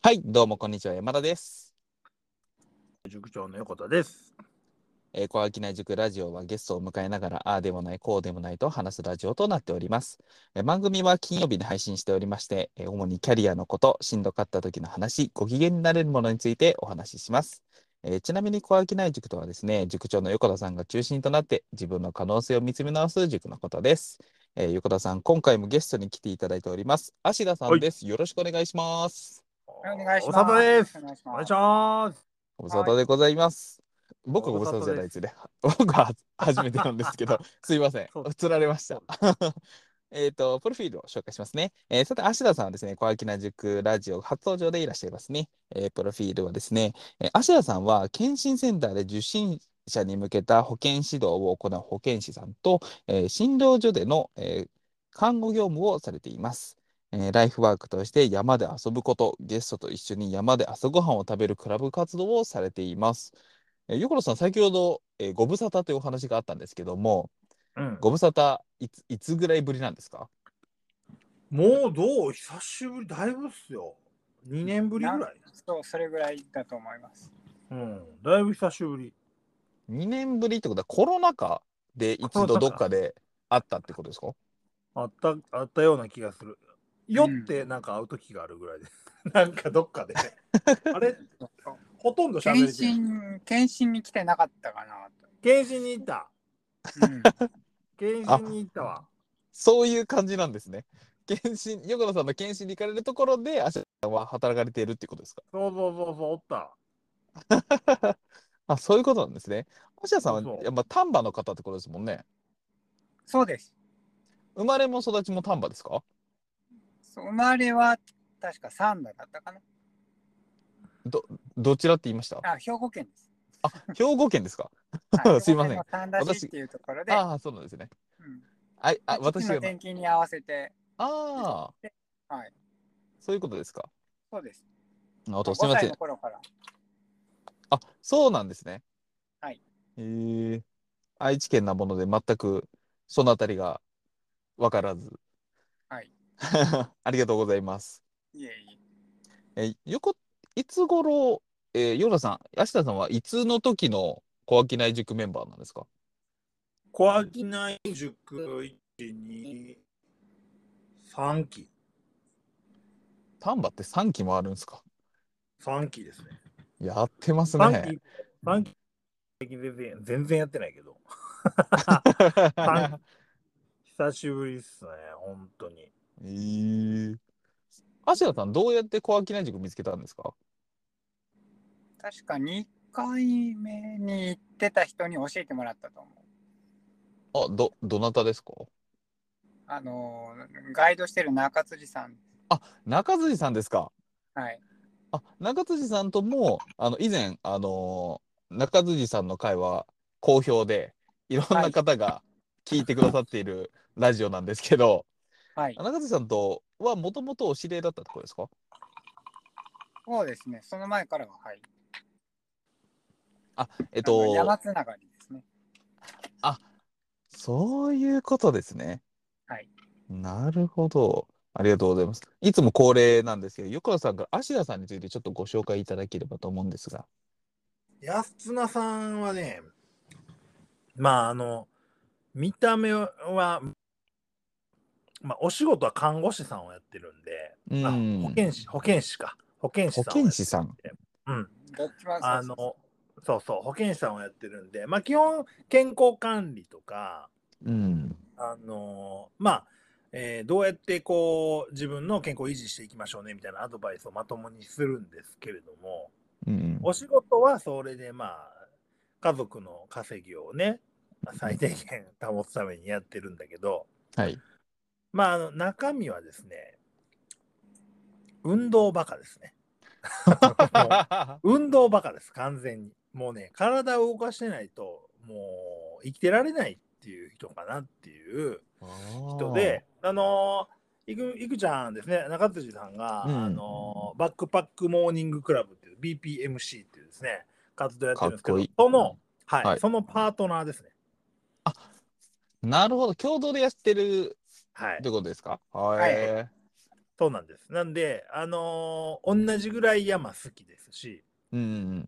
はい、どうもこんにちは、山田です。 塾長の横田です。 小商い塾ラジオはゲストを迎えながら、ああでもない、こうでもないと話すラジオとなっております。番組は金曜日に配信しておりまして、主にキャリアのこと、しんどかった時の話、ご機嫌になれるものについてお話しします。ちなみに小商い塾とはですね、塾長の横田さんが中心となって自分の可能性を見つめ直す塾のことです。横田さん、今回もゲストに来ていただいております。芦田さはい。 んです。よろしくお願いします。 お願いしご無沙汰ます。 です。 お願いしお願いします。 ます。 ご無沙汰でございます。僕はご無沙ご無沙汰汰です。 じゃないですね。僕は初めてなんですけど、すいません。 そう釣られました。 そうプロフィールを紹介しますね。さて、芦田さんはですね、小商塾ラジオ初登場でいらっしゃいますね。プロフィールはですね、芦田さんは検診センターで受診者に向けた保健指導を行う保健師さんと、診療所での、看護業務をされています。ライフワークとして山で遊ぶこと、ゲストと一緒に山で朝ごはんを食べるクラブ活動をされています。横野さん、先ほど、ご無沙汰というお話があったんですけども、 うん。 ご無沙汰いつぐらいぶりなんですか？ もう久しぶり、だいぶっすよ。2年ぶりぐらい。 そう、それぐらいだと思います。 うん。だいぶ久しぶり。 2年ぶりってことはコロナ禍で一度どっかで会ったってことですか？ あったような気がする。酔ってなんか会う時があるぐらいで。なんかどっかで。あれほとんど喋れてない。 検診に来てなかったかなと。 検診に行った。 うん。 検診に行ったわ。 そういう感じなんですね。横野さんの検診に行かれるところで、芦田さんは働かれているってことですか？ そうそうそうそう、おった。 あ、そういうことなんですね。芦田さんはそうそう。 やっぱ丹波の方ってことですもんね。 そうです。 生まれも育ちも丹波ですか？ 生まれは確か三田だったかな。 どちらって言いました？ あ、兵庫県です。 あ、兵庫県ですか？ はい、 すいません。 兵庫県の三田市っていうところで、 そうなんですね。 うん、父の私が転勤に合わせて、 ああ、 で、はい、 そういうことですか。 そうです。 すいま 5歳せん。 の頃から、 あ、そうなんですね。 はい、 愛知県なもので全くそのあたりがわからず。 はい、 ありがとうございます。 いえいえー、よこ、いつ頃、ヨダさん、芦田さんはいつの時の小商い塾メンバーなんですか？ 小商い塾1、2、3期。 丹波って3期もあるんですか？ 3期ですね。 やってます 3 ね。 期、3期全然やってないけど。3期、久しぶりっすね、本当に。 芦田さん、どうやって小商い塾見つけたんですか？ 確か2回目に行ってた人に教えてもらったと思う。 どなたですか？ ガイドしてる中辻さん。 あ、中辻さんですか？ はい。 中辻さんとも、以前、中辻さんの回は好評で、いろんなはい。 方が聞いてくださっているラジオなんですけど、 はい。 中辻さんとはもともとお知り合いだったところですか？ そうですね。その前からは、はい。 あ、 山つながりですね。 あ、そういうことですね。 はい。 なるほど。ありがとうございます。いつも恒例なんですけど、横田さんから芦田さんについてちょっとご紹介いただければと思うんですが。 安名さんはね、まあ、見た目は、お仕事は看護師さんをやってるんで、保健師か。保健師保さんをやって健師さん。 るんで。うん。 どっちもそうそう、保健師さんをやってるんで、基本、健康管理とか、 うん。 どうやってこう、自分の健康を維持していきましょうね、みたいなアドバイスをまともにするんですけれども、 うん。 お仕事はそれで家族の稼ぎをね、最低限保つためにやってるんだけど、 はい。 中身はですね、運動バカですね。運動バカです、完全に。もうね、体を動かしてないと、もう生きてられないっていう人かなっていう人で、いくちゃんですね、中辻さんが、バックパックモーニングクラブっていう BPMC っていうですね、活動やってるんですけど、そのパートナーですね。 あ、なるほど。共同でやってるはい。 ってことですか？ はい。 そうなんです。なんで、同じぐらい山好きですし、 うん。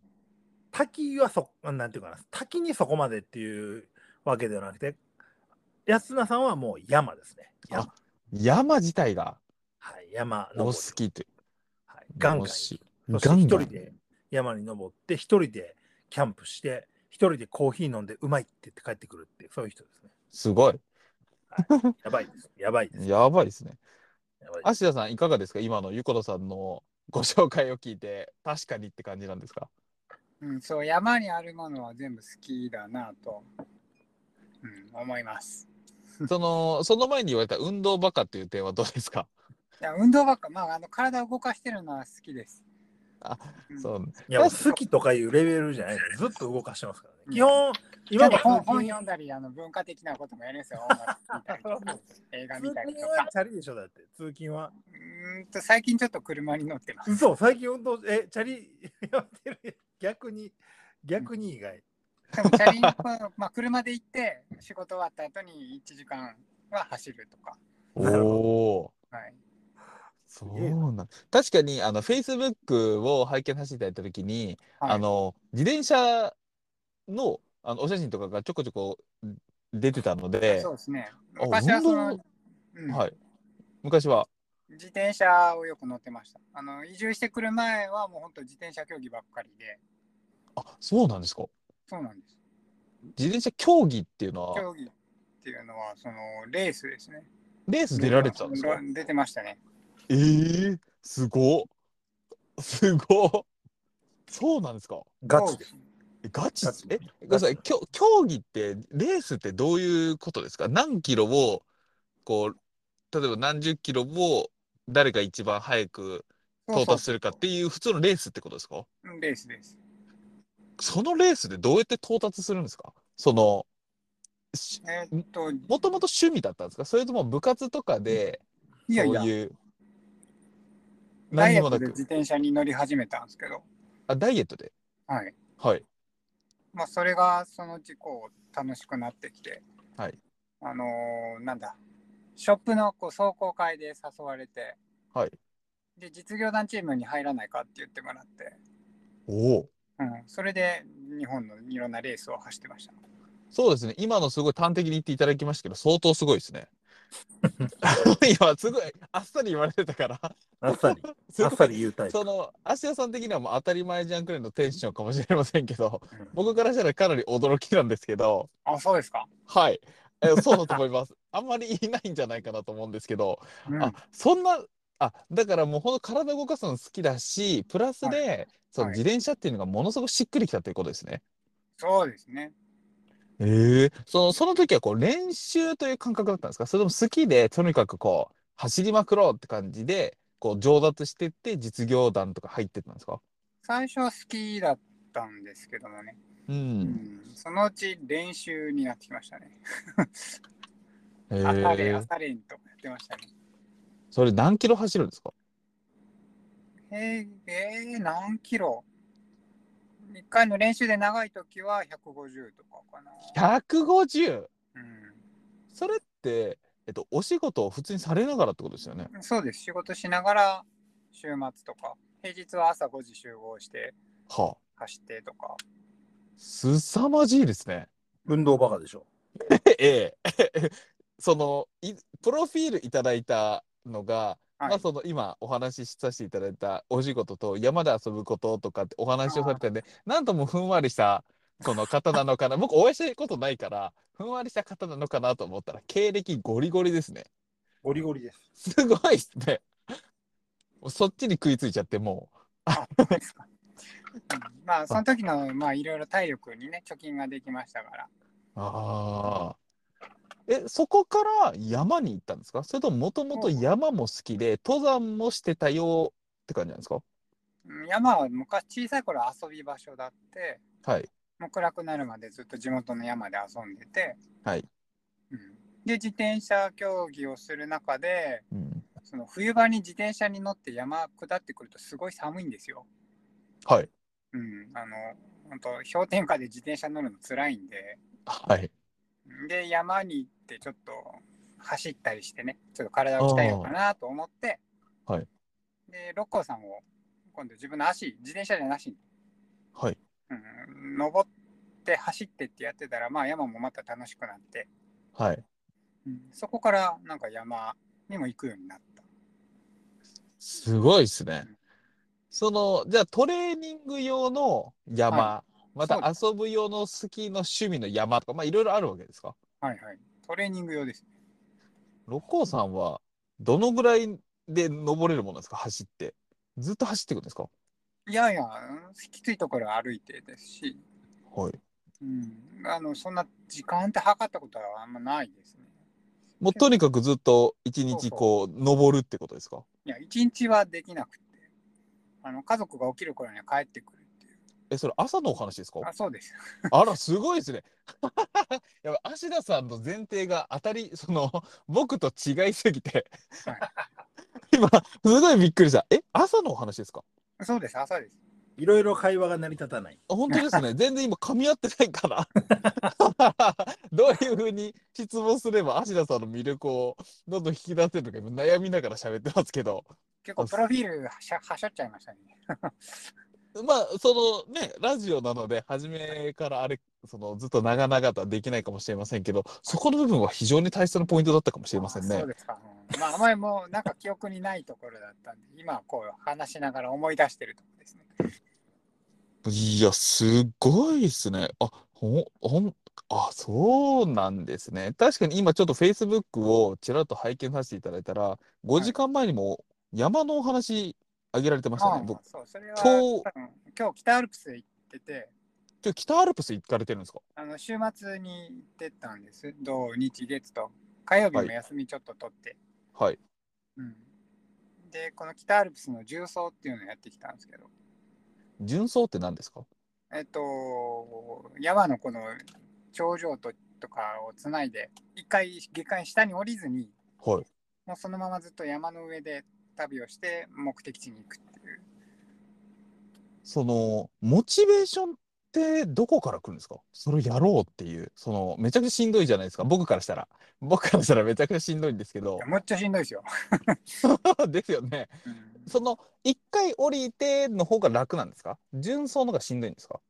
滝はなんていうかな、滝にそこまでっていうわけではなくて、安名さんはもう山ですね。 あ、 山。 山自体がはい、山お好登り。 きって。 はい、ガンガン行き。そしてガンガン。 一人で山に登って、一人でキャンプして、一人でコーヒー飲んでうまいって言って帰ってくるっていう、そういう人ですね。 すごい。 はい、やばいです。やばいです。 やばいですね。 やばいです。 芦田さん、いかがですか？今のゆころさんのご紹介を聞いて、確かにって感じなんですか？ そう、山にあるものは全部好きだなと、思います。 その前に言われた運動バカっていう点はどうですか？ いや、運動ばっか、体を動かしてるのは好きです。 あ、 うんそう。 いや、もう好きとかいうレベルじゃないの。ずっと動かしてますからね。基本、 今今も本読んだり、文化的なこともやるんですよ。音楽見たりとか、映画見たりとか。 チャリでしょ、だって、通勤は。 最近ちょっと車に乗ってます。 嘘、最近運動、チャリやってる。逆に意外。 でもチャリンコ、車で行って仕事終わった後に1時間は走るとか。 なるほど。 おお。 はい。 そうなん。確かに、Facebook を拝見させていただいたときに、 はい、 自転車の、お写真とかがちょこちょこ出てたので、 そうですね。 あ、 昔ははい。昔は。 自転車をよく乗ってました。移住してくる前はもう本当自転車競技ばっかりで。 あ、そうなんですか。 そうなんです。 自転車競技っていうのは、 競技っていうのはレースですね。 レース出られてたんですか？ 出てましたね。 すごっ。すごっ。そうなんですか。 ガチで。 ガチガチごめんなさい。競技って、レースってどういうことですか？何キロを、こう、例えば何十キロを誰が一番早くそう到そうそうそ達するかっていう普通のレースってことですか？ う。レースです。 そのレースでどうやって到達するんですか？しえーっと、 もともと趣味だったんですか？それとも部活とかで、 いやいや、 そういう、 ダイエット何にもなく。 で自転車に乗り始めたんですけど、 あ、ダイエットで。 はい。 はい。 それがそのうち楽しくなってきて、 はい。 なんだ、ショップの壮行会で誘われて、 はい。 で、実業団チームに入らないかって言ってもらって、 おお。 それで日本のいろんなレースを走ってました。 そうですね。今のすごい端的に言っていただきましたけど、相当すごいですね。今、すごい、あっさり言われてたから、 あっさり。 すごい、 あっさり言うタイプ。 芦屋さん的にはもう当たり前じゃんくらいのテンションかもしれませんけど、僕からしたらかなり驚きなんですけど、 あ、そうですか。 はい。そうだと思います。あんまりいないんじゃないかなと思うんですけど、あ、 うん。 そんな、だからもうほんと体動かすの好きだし、プラスはい。 で、そのはい。 自転車っていうのがものすごくしっくりきたということですね。 そうですね。 その時はこう練習という感覚だったんですか？それとも好きで、とにかくこう、走りまくろうって感じで、こう、上達してって実業団とか入ってったんですか？ 最初は好きだったんですけどもね。 うん。 そのうち練習になってきましたね。 へえ。 朝練とかやってましたね。 それ何キロ走るんですか？ 何キロ？一回の練習で長い時は150とかかな。 150。 うそれって、お仕事を普通にされながらってことですよね。 そうです。仕事しながら週末とか、平日は朝5時集合してはあ。 走ってとか。 すさまじいですね。 運動バカでしょ。 ええ。プロフィールいただいたのが、 はい。 今お話しさせていただいたお仕事と山で遊ぶこととかってお話をされてたんで、なんともふんわりしたその方なのかな。僕お会いしたことないから、ふんわりした方なのかなと思ったら、経歴ゴリゴリですね。 ゴリゴリです。 すごいですね。もうそっちに食いついちゃって、もう。 そうですか。そあの時の、いろいろ体力にね、貯金ができましたから。 あそこから山に行ったんですか？それとももともと山も好きで、登山もしてたよって感じなんですか？ 山は昔小さい頃遊び場所だって、 はい。 もう暗くなるまでずっと地元の山で遊んでて、 はい。 で、自転車競技をする中で、 うん。 その冬場に自転車に乗って山下ってくるとすごい寒いんですよ。 はい。 本当氷点下で自転車乗るの辛いんで、 はい。 で、山に行ってちょっと走ったりしてね、ちょっと体を鍛えようかあなと思って、 はい。 で、六甲山を今度自分の自転車じゃなしに、 はい。 登って走ってってやってたら、まあ山もまた楽しくなって、 はい。 そこからなんか山にも行くようになった。 すごいですね。 うんじゃあトレーニング用のはい。 山、またそうです。 遊ぶ用のスキーの趣味の山とか、まあいろいろあるわけですか？ はいはい。トレーニング用です。 六甲山はどのぐらいで登れるものですか？走って。ずっと走っていくんですか？ いやいや、きついところは歩いてですし、 はい。 そんな時間って測ったことはあんまないですね。 もうとにかくずっと一そうそう。 日こう登るってことですか？ いや、一日はできなくて、家族が起きる頃には帰ってくるっていう。 それ朝のお話ですか？ あ、そうです。 あら、すごいですね。やばい、芦田さんの前提が僕と違いすぎて、 はい。 今、すごいびっくりした。朝のお話ですか？ そうです、朝です。 いろいろ会話が成り立たない。 本当ですね。全然今噛み合ってないかな。どういうふうに質問すれば芦田さんの魅力をどんどん引き出せるのか今悩みながら喋ってますけど。 結構プロフィールはしょっちゃいましたね。 まあ、ラジオなので、初めからずっと長々とはできないかもしれませんけど、そこの部分は非常に大切なポイントだったかもしれませんね。 そうですか。まあ、あまりもうなんか記憶にないところだったんで、今こう話しながら思い出してるところですね。 いや、すごいですね。そうなんですね。確かに今ちょっと Facebook をちらっと拝見させていただいたら、5 はい。 時間前にも山のお話あげられてましたね。僕、 そう、それは今日、 多分、今日北アルプス行ってて、 今日北アルプス行かれてるんですか？ 週末に行ってたんです。土日月と。火曜日はい。 も休みちょっと取って。 はい。 うん。で、この北アルプスの重走っていうのをやってきたんですけど、 純走って何ですか？ 山のこの頂上とかをつないで、一回下界下に降りずに、 はい。 もうそのままずっと山の上で旅をして目的地に行くっていう。 モチベーションってどこから来るんですか？それをやろうっていう、めちゃくちゃしんどいじゃないですか。僕からしたら。僕からしたらめちゃくちゃしんどいんですけど。 むっちゃしんどいですよ。 ですよね。 うん、 一回降りての方が楽なんですか？純走の方がしんどいんですか？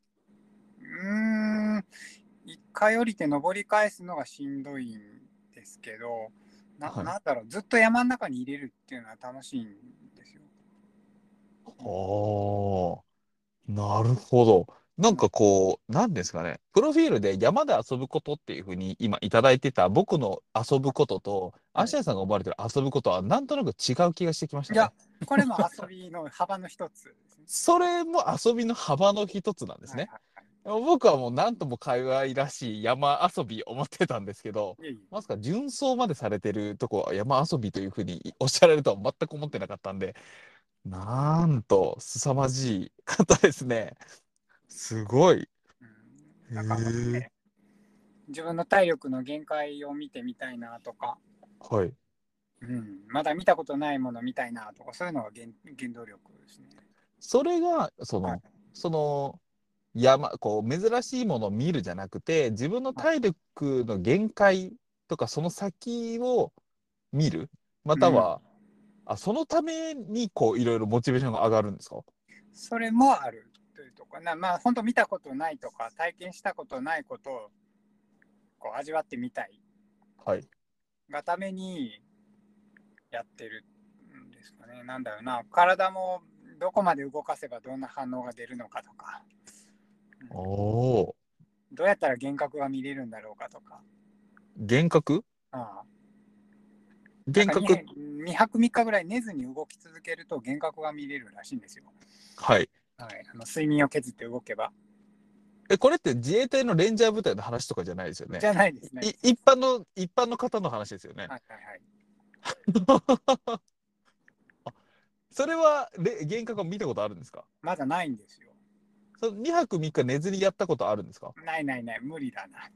一回降りて登り返すのがしんどいんですけど、 はい。 なんだろう、ずっと山の中に入れるっていうのは楽しいんですよ。 はあ、なるほど。なんかこう、なんですかね。プロフィールで山で遊ぶことっていうふうに今いただいてた僕の遊ぶことと、 はい、 芦谷さんが思われてる遊ぶことはなんとなく違う気がしてきましたいや、 ね。 これも遊びの幅の一つですね。 それも遊びの幅の一つなんですね。 はいはいはい。 僕はもうなんとも可愛らしい山遊び思ってたんですけど、 いえいえ。 まさか純走までされてるとこは山遊びというふうにおっしゃられるとは全く思ってなかったんで、なんと凄まじい方ですね。すごい。へなんかもうえ。 ね、自分の体力の限界を見てみたいなとか、 はい。 まだ見たことないもの見たいなとか、そういうのが原動力ですね。 それが、 はい。 そのこう、珍しいものを見るじゃなくて、自分のはい。 体力の限界とか、その先を見る。まうん。 たは、そのために、こう、いろいろモチベーションが上がるんですか？ それもあるというとか、まあ、本当見たことないとか、体験したことないことをこう味わってみたいはい。 がためにやってるんですかね。なんだろうな、体もどこまで動かせばどんな反応が出るのかとか、 おお。 どうやったら幻覚が見れるんだろうかとか、 幻覚。 ああなんか幻覚。 2泊3日ぐらい寝ずに動き続けると幻覚が見れるらしいんですよ。 はい。 はい、睡眠を削って動けば。 これって自衛隊のレンジャー部隊の話とかじゃないですよね。 じゃないですね。 一般の方の話ですよね。 はいはいはい。 それは、幻覚を見たことあるんですか？ まだないんですよ。 その2泊3日寝ずにやったことあるんですか？ ないないない、無理だなって。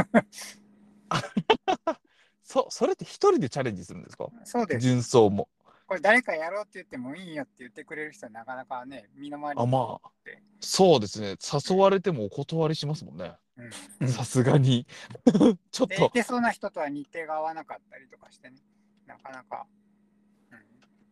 それって一人でチャレンジするんですか？ そうです。 純走も。 これ誰かやろうって言ってもいいよって言ってくれる人はなかなかね、身の回りにいなまあ、 くて。 そうですね。誘われてもお断りしますもんね。さすがに。ちょっで、いと、 けそうな人とは日程が合わなかったりとかしてね、なかなか。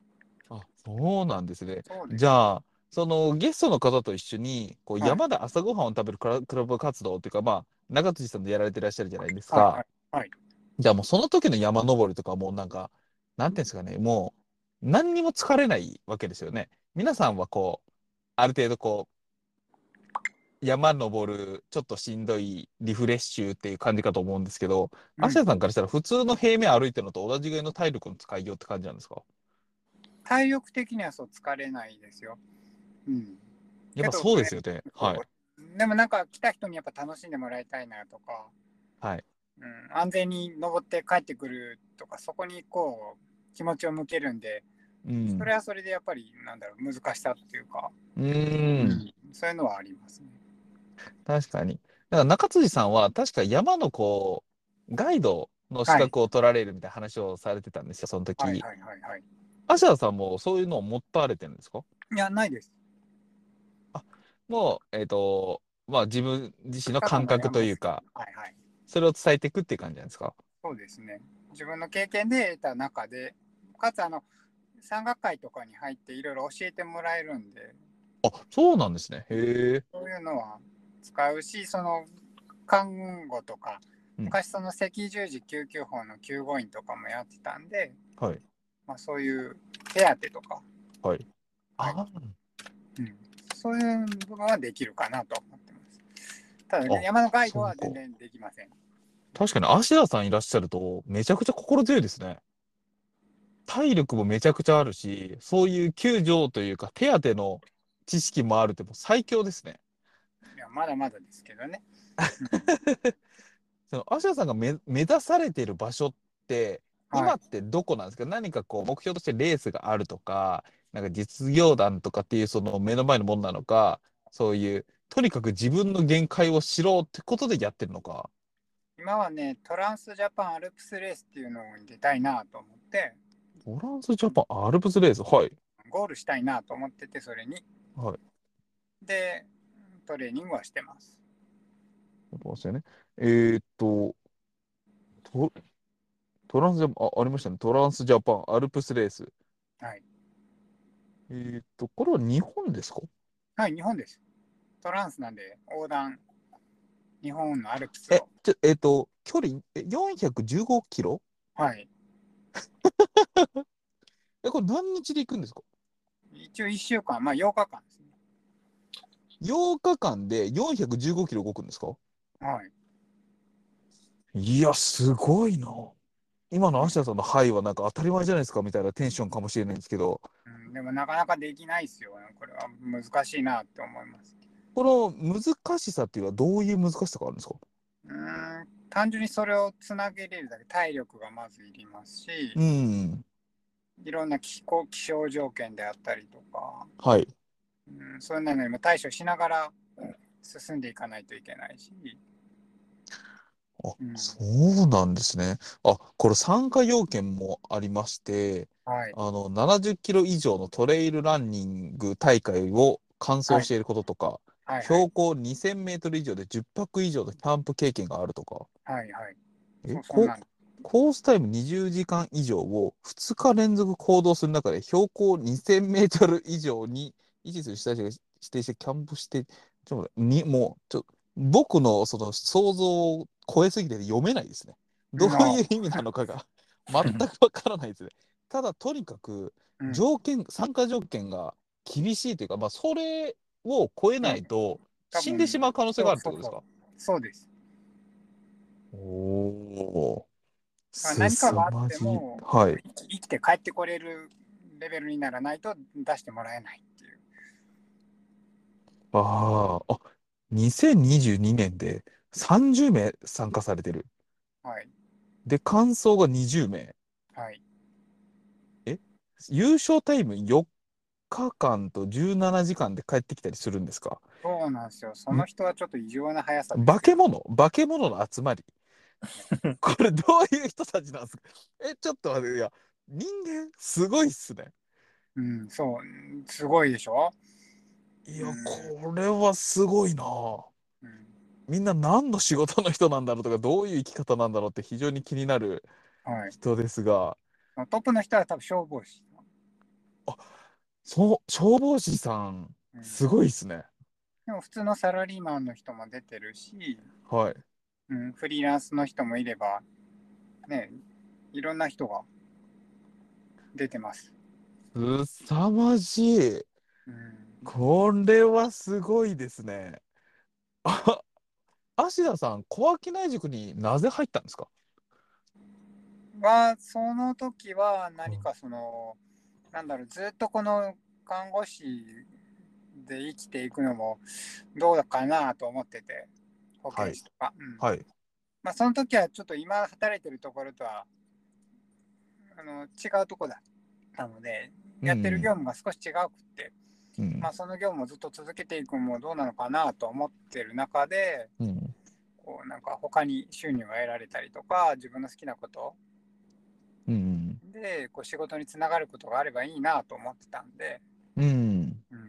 あ、そうなんですね。 そうです。 じゃあ、そのゲストの方と一緒にこうはい。 山で朝ごはんを食べるクラブ活動というか、まあ、中辻さんでやられてらっしゃるじゃないですはい。はか。 い。はい。 じゃあもうその時の山登りとかもうなんか、なんていうんですかね、もう何にも疲れないわけですよね。皆さんはこう、ある程度こう、山登る、ちょっとしんどいリフレッシュっていう感じかと思うんですけど、アシうん。 ャさんからしたら普通の平面歩いてるのと同じぐらいの体力の使いようって感じなんですか？ 体力的にはそう疲れないですよ。うん。 やっぱけど、それ、 そうですよね。はい。 そう。でもなんか来た人にやっぱ楽しんでもらいたいなとか、 はい。 うん、安全に登って帰ってくるとか、そこにこう気持ちを向けるんで、 うん。 それはそれでやっぱりなんだろう、難しさっていうか、 うーん。 うん、そういうのはありますね。 確かに。だから中辻さんは確か山のこう、ガイドの資はい。 格を取られるみたいな話をされてたんですよ、その時。 はいはいはいはい。 アシャさんもそういうのを持たれてるんですか？ いや、ないです。 あ、もう、まあ自分自身のただ感覚の山好き。 というか、 はいはい。 それを伝えていくっていう感じなんですか？ そうですね。自分の経験で得た中で、かつ山岳会とかに入っていろいろ教えてもらえるんで、 あ、そうなんですね。へえ。 そういうのは使うし、その看護とか、 うん。 昔その赤十字救急法の救護員とかもやってたんで、 はい。 まあ、そういう手当とか、 はい。 はい、 あうん、そういう部分はできるかなと思ってます。ただね、 あ、 山のガイドそうか。 は全然できません。 確かに、アシアさんいらっしゃると、めちゃくちゃ心強いですね。体力もめちゃくちゃあるし、そういう救助というか、手当の知識もあるってもう最強ですね。 いや、まだまだですけどね。うん、 そのアシャさんが目指されている場所って、 はい。 今ってどこなんですか？何かこう、目標としてレースがあるとか、なんか実業団とかっていうその目の前のものなのか、そういう、とにかく自分の限界を知ろうってことでやってるのか。 今はね、トランスジャパンアルプスレースっていうのに出たいなと思って、 トランスジャパンアルプスレース。はい。 ゴールしたいなと思ってて、それに。 はい。 で、トレーニングはしてます。 そうですよね。えト、トランスジャパン、ありましたね。トランスジャパンアルプスレース。 はい。 これは日本ですか？ はい、日本です。トランスなんで横断、日本のアルプスえ、 を。 距離、415キロ？ はい。 これ何日で行くんですか？ 一応1週間、まあ8日間ですね。 8 日間で415キロ動くんですか？ はい。 いや、すごいな。今のうん、 芦田さんの範囲はなんか当たり前じゃないですかみたいなテンションかもしれないんですけど、 うん、でもなかなかできないですよ。これは難しいなって思います。 この難しさっていうのはどういう難しさがあるんですか？ 単純にそれをつなげれるだけ体力がまずいりますし、 うん。 いろんな気象条件であったりとか、 はい。 そういうのにも対処しながら進んでいかないといけないし、 あ、 うん、 そうなんですね。あ、これ参加要件もありまして、 はい、 70キロ以上のトレイルランニング大会を完はい、 走していることとか、 はい、はい、 標高2000メートル以上で10泊以上のキャンプ経験があるとか、 はい、はい、 え、 そんなん、 コースタイム20時間以上を2日連続行動する中で標高2000メートル以上に位置する被災地が指定してキャンプして、もう、僕のその想像を超えすぎて読めないですね。どうの、 いう意味なのかが全くわからないですね。ただ、とにかくうん、 参加条件が厳しいというか、まあ、それを超えうん、 ないと多死んでしま分、 う可能性があるってそうそうそう、 ことですか？ そうです。 おー。す何かさがあっまじい。 てもはい。 生きて帰ってこれるレベルにならないと出してもらえないっていう。 2022年で30名参加されてる。 はい、 で、感想が20名。 はい。 え優勝タイム4日間と17時間で帰ってきたりするんですか？ そうなんですよ。そのん人はちょっと異常な速さですけど。 化け物の集まり。これどういう人たちなんですか？ちょっと待って、いや、人間すごいっすね。 うん、そう、すごいでしょ。 いや、 うん、 これはすごいな。 うん、 みんな何の仕事の人なんだろうとか、どういう生き方なんだろうって非常に気になるはい。 人ですが、 トップの人は多分消防士。 そう、消防士さん、 うん、 すごいですね。 でも普通のサラリーマンの人も出てるし、 はい。 うん、フリーランスの人もいれば、ね、いろんな人が出てます。 すさまじい。 うん、 これはすごいですね。あ、芦田さん、小商い塾になぜ入ったんですか？ その時は何かその、なんだろう、ずっとこの看護師で生きていくのもどうかなと思ってて、保はい。 健師とか。うん。 はい。 まあ、その時はちょっと今働いてるところとは違うとこだったので、やってるうん。 業務が少し違うくって、 うん。 まあ、その業務をずっと続けていくのもどうなのかなと思ってる中で、 うん。 こうなんか他に収入が得られたりとか、自分の好きなことうん。 でこう仕事につながることがあればいいなと思ってたんで、 うん。 うん、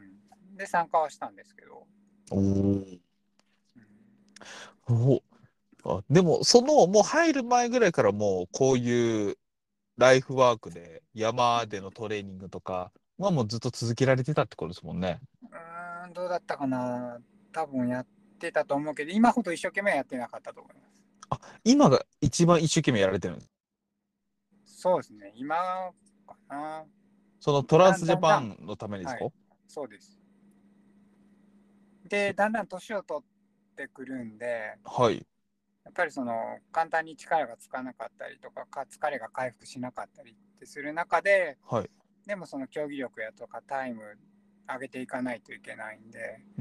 で参加はしたんですけど、 おーうん、 お。でも、もう入る前ぐらいからもう、こういうライフワークで、山でのトレーニングとかはもうずっと続けられてたってことですもんね。 どうだったかな、多分やってたと思うけど、今ほど一生懸命はやってなかったと思います。 あ、今が一番一生懸命やられてるんです。 そうですね、今かな。 そのトランスジャだんだん、 パンのためにですか？ はい、そうです。で、だんだん年を取ってくるんで、 はい。 やっぱりその簡単に力がつかなかったりとか、疲れが回復しなかったりってする中で、 はい。 でもその競技力やとかタイム上げていかないといけないんで、 うん。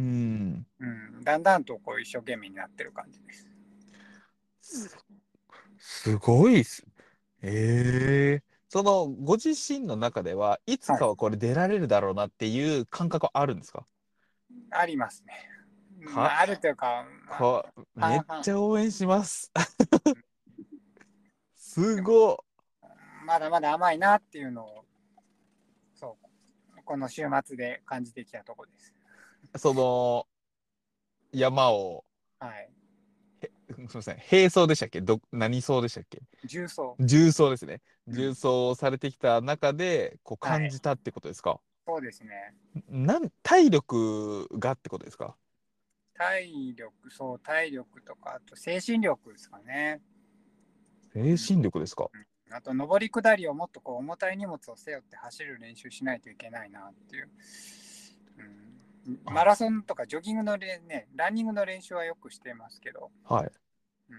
うん、だんだんとこう一生懸命になってる感じです。 すごいっす。ご自身の中では、いつはい、 かはこれ出られるだろうなっていう感覚はあるんですか？ ありますね。 か、 あるというか、 めっ半々。 ちゃ応援します。すでもごまだまだ甘いなっていうのを、そうこの週末で感じてきたところです。 い。山を、 はい。 すみません、並走でしたっけ？何走でしたっけ？ 重曹。 重走ですね。 うん。 重走をされてきた中で、こうはい。 感じたってことですか？ そうですね。 体力がってことですか？ 体力とか、あと精神力ですかね。 精うん。 神力ですか？ あと、上り下りをもっとこう重たい荷物を背負って走る練習しないといけないなっていう。マあ、 ラソンとかジョギングのランニングの練習はよくしてますけど、 はい。 うん、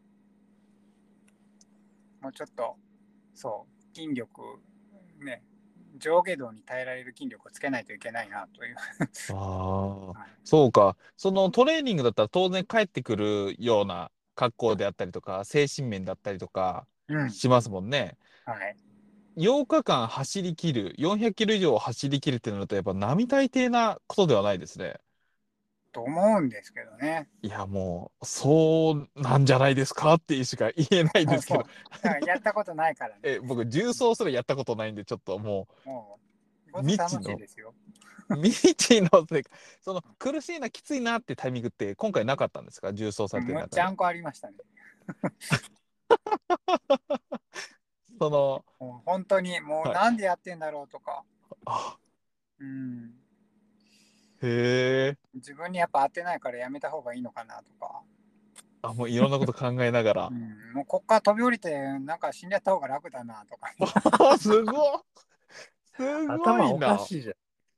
もうちょっと、筋力、ね、上下動に耐えられる筋力をつけないといけないなという。 ああ、 はい。 そうか。そのトレーニングだったら当然帰ってくるような格好であったりとか、精神面だったりとかうん。 しますもんね。 はい。 8日間走り切る、400キロ以上走り切るってなると、やっぱ並大抵なことではないですね。 と思うんですけどね。 いや、もう、そうなんじゃないですかっていうしか言えないですけど、 そう。だからやったことないからね。 僕、重装すらやったことないんで、ちょっとももう、 う、 ごと楽しいですよ。 未知のせいか、苦しいな、きついなってタイミングって今回なかったんですか？重装されてる中で。 むっちゃんこありましたね。 その、 もう本当に、もうはい。 なんでやってんだろうとか、 あ、 うん、 へえ。 自分にやっぱ当てないからやめた方がいいのかなとか、 あ、もういろんなこと考えながら。 もうこっから飛び降りてなんか死んじゃった方が楽だなとか、 すごい。すご頭おかいな。 しいじゃん。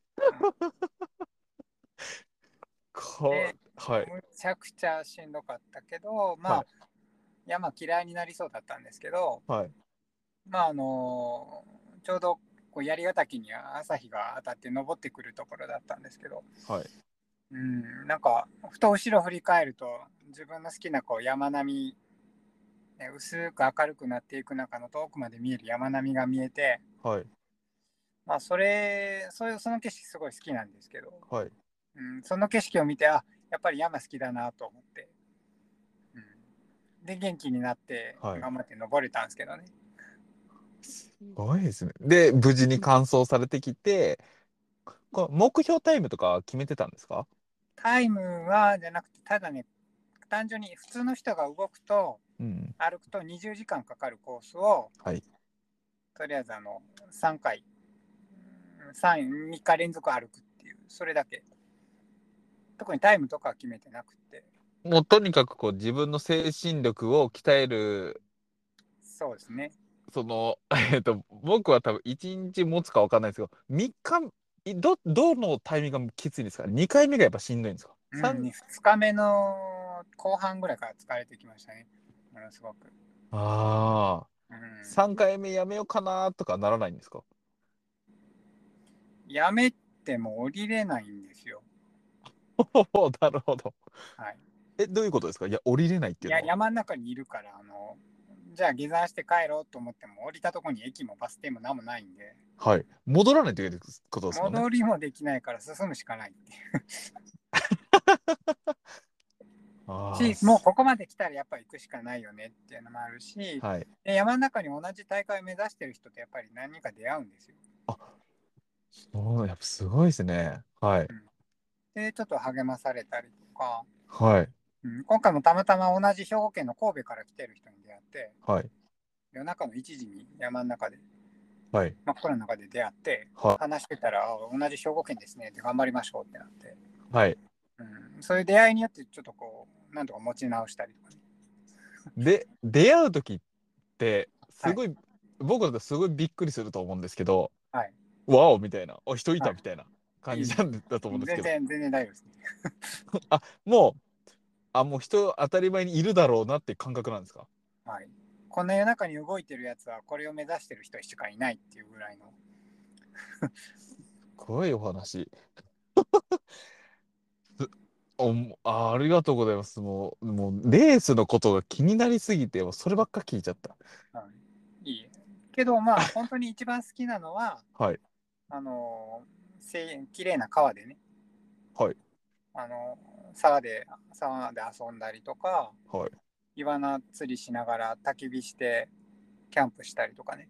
で、 はい。 むちゃくちゃしんどかったけど、まあ、 はい。 山嫌いになりそうだったんですけど、 はい。 まあちょうどこう槍ヶ岳に朝日が当たって登ってくるところだったんですけど、 はい。 なんかふと後ろ振り返ると自分の好きなこう山並み、ね、薄く明るくなっていく中の遠くまで見える山並みが見えて、 はい。 まあその景色すごい好きなんですけど、 はい。 その景色を見てやっぱり山好きだなと思って、で元気になってはい。 頑張って登れたんですけどね。 すごいですね。で、無事に完走されてきて、目標タイムとか決めてたんですか？ タイムはじゃなくて、ただね、単純に普通の人が動くとうん。 歩くと20時間かかるコースをはい。 とりあえず3回、 3日連続歩くっていう、それだけ。特にタイムとかは決めてなくて。 もうとにかくこう自分の精神力を鍛える、 そうですね。 その、僕は多分1日持つか分かんないですけど、3日、どのタイミングがきついんですか？ 2 回目がやっぱしんどいんですか？ 2日目の後半ぐらいから疲れてきましたね。ものすごく。 ああ、 うん、 3回目やめようかなとかならないんですか？ やめても降りれないんですよ。 なるほど。 はい。 どういうことですか？いや、降りれないっていうのは。 山の中にいるから、じゃあ下山して帰ろうと思っても、降りたところに駅もバス停も何もないんで、 はい。戻らないといけないことですもんね。 戻りもできないから進むしかないっていうし、もうここまで来たらやっぱり行くしかないよねっていうのもあるし、 はい。 で山の中に同じ大会を目指してる人とやっぱり何人か出会うんですよ。 やっぱすごいですね。はい。 で、ちょっと励まされたりとか、 はい。 今回もたまたま同じ兵庫県の神戸から来てる人に出会って、 はい。 夜中の1時に山の中で、 はい。 真っ暗の中で出会って、 は話してたら、同じ兵庫県ですねって頑張りましょうってなって、 はい。 そういう出会いによってちょっとこう、なんとか持ち直したりとかね。 で、出会う時って、すはい。 ごい、僕だとすごいびっくりすると思うんですけど、 はい。 わおみたいな、人いはい。 たみたいな感じなんだと思うんですけど、 全然大丈夫ですね。 もう、もう人当たり前にいるだろうなっていう感覚なんですか？ はい。こんな夜中に動いてるやつはこれを目指してる人しかいないっていうぐらいの。 すごいお話。ありがとうございます。もうレースのことが気になりすぎて、もうそればっか聞いちゃった。 はい、いいけどまあ本当に一番好きなのははい。 綺麗な川でね、 はい。 あの沢で遊んだりとか、 はい。 イワナ釣りしながら焚き火してキャンプしたりとかね。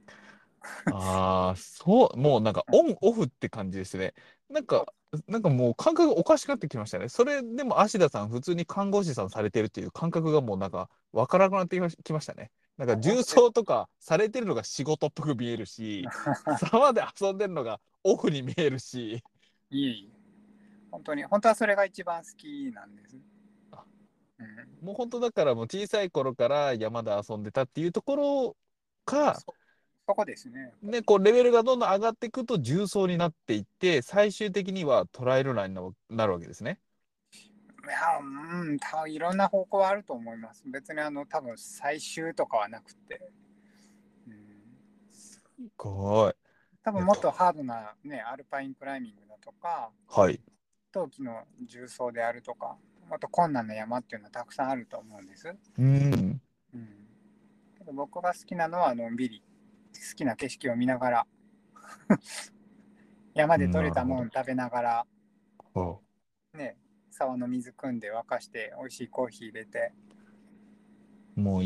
そう、もうなんかうん、 オンオフって感じですね。なんか、なんかもう感覚がおかしくなってきましたね。それでも芦田さん、普通に看護師さんされてるっていう感覚がもうなんかわからなくなってきましたね。なんか重本当で曹とかされてるのが仕事っぽく見えるし、沢で遊んでるのがオフに見えるし。 いえいえ、本当はそれが一番好きなんです。 あうん、 もう本当だからもう小さい頃から山で遊んでたっていうところか、 そこですね。 で、こう、レベルがどんどん上がっていくと重曹になっていって、最終的にはトライアルランになるわけですね。 いや、多分いろんな方向はあると思います。別に多分最終とかはなくて、うん、 すごい。 多分もっとハードなね、アルパインクライミングだとか、 はい。 冬季の重装であるとか、もっと困難な山っていうのはたくさんあると思うんです。 うん。 うん、けど僕が好きなのはのんびり好きな景色を見ながら山で採れなるほど。 たもの食べながらおね、沢の水汲んで沸かして美味しいコーヒー入れて、 もう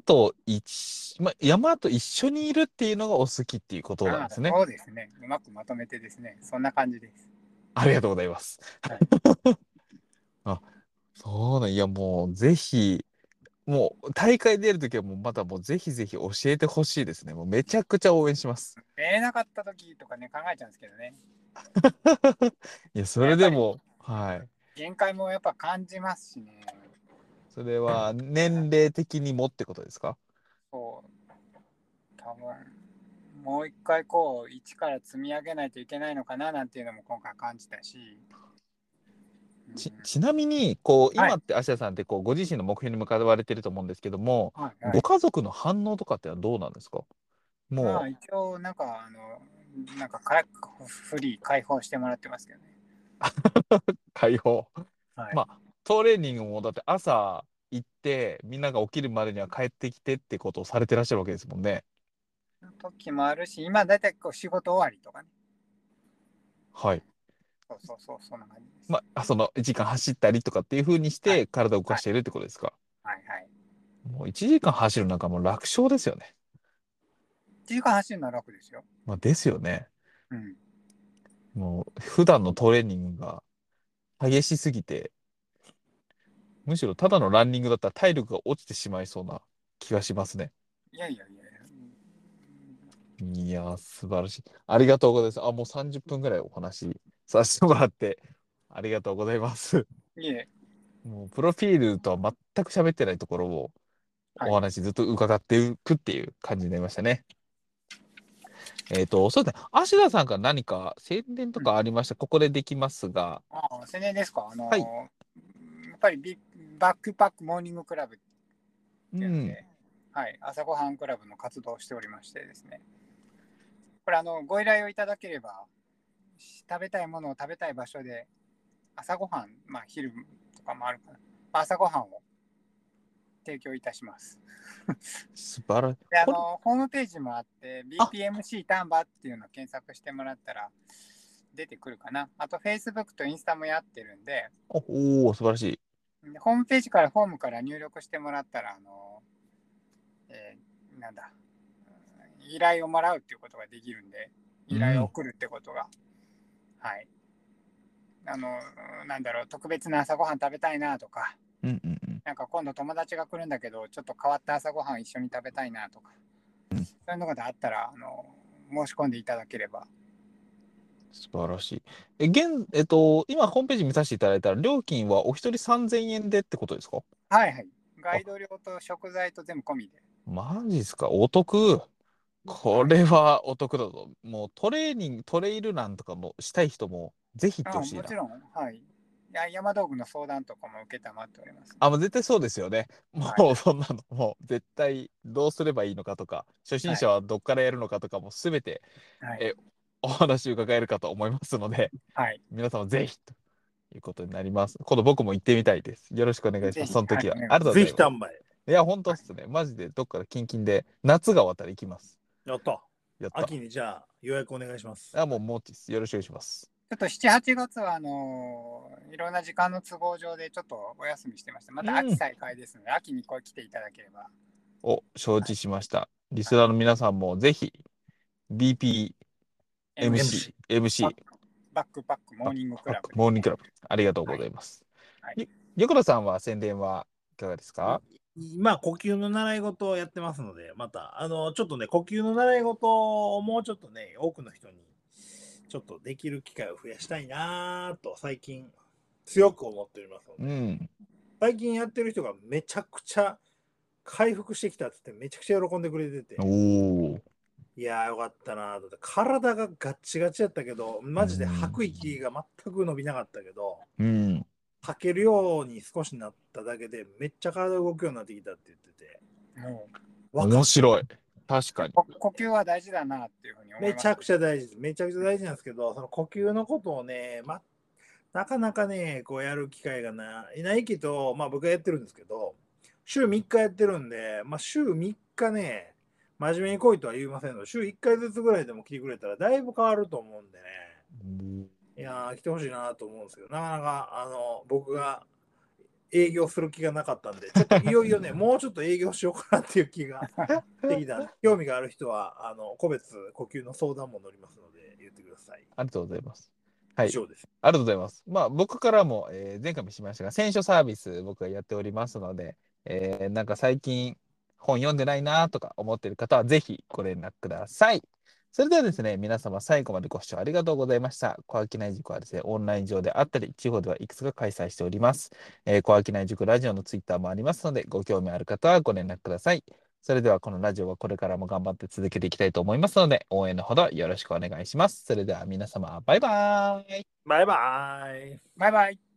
山と一緒にいるっていうのがお好きっていうことなんですね。 そうですね、うまくまとめてですね、そんな感じです。 ありがとうございます。 はい、 あ、そうだ。いや、もうぜひ、もう大会出るときはもうまたもうぜひぜひ教えてほしいですね。もうめちゃくちゃ応援します。 なかった時とかね考えちゃうんですけどね。 いや、そやっぱりれでも、はい。 限界もやっぱ感じますしね。 それは年齢的にもってことですか？ そう、多分もう一回こう一から積み上げないといけないのかななんていうのも今回感じたし、 ちなみに、こう、 はい、 今って芦田さんってこうご自身の目標に向かわれてると思うんですけども、 はいはい。 ご家族の反応とかってのはどうなんですか？もまあ一応なんかフリー開放してもらってますけどね。 う、解放。 はい。 まあ、トレーニングもだって朝行って、みんなが起きるまでには帰ってきてってことをされてらっしゃるわけですもんね。 時もあるし、今だいたいこう仕事終わりとかね。 はい。 そんな感じです。 まあ、その1時間走ったりとかっていう風にしはい。 て体を動かはい。 しているってことですか？ はい。はい。 もう1時間走るなんかもう楽勝ですよね。 1時間走るのは楽ですよ。 まあ、ですよね。 うん。 もう普段のトレーニングが激しすぎて、むしろただのランニングだったら体力が落ちてしまいそうな気がしますね。 いやいやいや、 いやー、素晴らしい。ありがとうございます。あ、もう30分ぐらいお話しさせてもらって、ありがとうございます。 いえ、 もう、プロフィールとは全く喋ってないところをおはい。 話ずっと伺っていくっていう感じになりましたね。そうですね。芦田さんから何か宣伝とうん、 かありました？ここでできますが。 宣伝ですか。 はい。 やっぱりバックパックモーニングクラブっうん。 ていうので、はい、朝ごはんクラブの活動をしておりましてですね。これご依頼をいただければ、食べたいものを食べたい場所で朝ごはん、まあ昼とかもあるかな。朝ごはんを提供いたします。 素晴らしい。 で、 これ、 ホームページもあって、 あ、 BPMC 丹波っていうのを検索してもらったら出てくるかな。あと、Facebook とインスタもやってるんで、 おおー、素晴らしい。 ホームページからフォームから入力してもらったら、なんだ、依頼をもらうっていうことができるんで、依頼を送るってことが、はい。なんだろう、特別な朝ごはん食べたいなとか、 うんうんうん。 なんか今度友達が来るんだけど、ちょっと変わった朝ごはん一緒に食べたいなとか、そういうのがあったら、申し込んでいただければ。 素晴らしい。今ホームページ見させていただいたら、料金はお一人3000円でってことですか？ はいはい。ガあ、 イド料と食材と全部込みで。 マジですか？お得。こはい。 れはお得だぞ。もうトレイルランとかもしたい人も、ぜひ行ってほしいな。 もちろん、はい。山道具の相談とかも受けたまっておりますんあ、 で。 もう絶対そうですよね。もはい。 うそんなの、もう絶対どうすればいいのかとか、初心はい。 者はどっからやるのかとかもすべて、 はい。 え、お話伺えるかと思いますので、 はい。 皆様ぜひということになります。今度僕も行ってみたいです。よろしくお願いします。 ぜひ、はい、 その時は。 お願いします。 ありがとうございます。 ぜひ丹波へ。 いや、本当っはい。 すね。マジでどっからキンキンで、夏が終わったら行きます。 やった。 やった。 秋にじゃあ予約お願いします。 あ、もうモーティス。よろしくお願いします。 ちょっと7、8月は、いろんな時間の都合上でちょっとお休みしてました。また秋うん。 再開ですので、秋に来ていただければ。 承知はい。 しました。リはい。 スナーの皆さんもぜひ MC、 BPMC、 MC。 バッ MC、 ク、バックパックモーニングクバックラブですね。 モーニングクラブ、ありがとうごはい。 ざいます。 はい。 横田さんは宣伝はいかがですか？ 今、呼吸の習い事をやってますので、また、ちょっとね、呼吸の習い事をもうちょっとね、多くの人に、ちょっとできる機会を増やしたいなと、最近、強く思っておりますので、 うん。 最近やってる人がめちゃくちゃ回復してきたって言って、めちゃくちゃ喜んでくれておて、 お。 いやーよかったなと。体がガッチガチやったけど、 うマジで吐ん。 く息が全く伸びなかったけど、 うん。 吐けるように少しなっただけで、めっちゃ体動くようになってきたって言ってて、 も分かった。 面白い。確かに。 呼吸は大事だなっていうふうに思います。 めちゃくちゃ大事です。めちゃくちゃ大事なんですけど、その呼吸のことをね、なかなかね、こうやる機会がないけど、まあ僕はやってるんですけど、週3日やってるんで、まあ週3日ね、真面目に来いとは言いませんので、週1回ずつぐらいでも来てくれたらだいぶ変わると思うんでね、 うん。 いやー、来てほしいなと思うんですけど、なかなか、僕が営業する気がなかったんで、ちょっといよいよね、もうちょっと営業しようかなっていう気がしてきたんで、興味がある人は、個別呼吸の相談も乗りますので、言ってください。 ありがとうございます。はい。 以上です。 ありがとうございます。まあ、僕からも、前回もしましたが、選書サービス僕がやっておりますので、なんか最近本読んでないなとか思っている方は、ぜひご連絡ください。それではですね、皆様最後までご視聴ありがとうございました。小商い塾はですね、オンライン上であったり、地方ではいくつか開催しております。小商い塾ラジオのツイッターもありますので、ご興味ある方はご連絡ください。それではこのラジオはこれからも頑張って続けていきたいと思いますので、応援のほどよろしくお願いします。それでは皆様、バイバーイ。 バイバーイ。 バイバイ。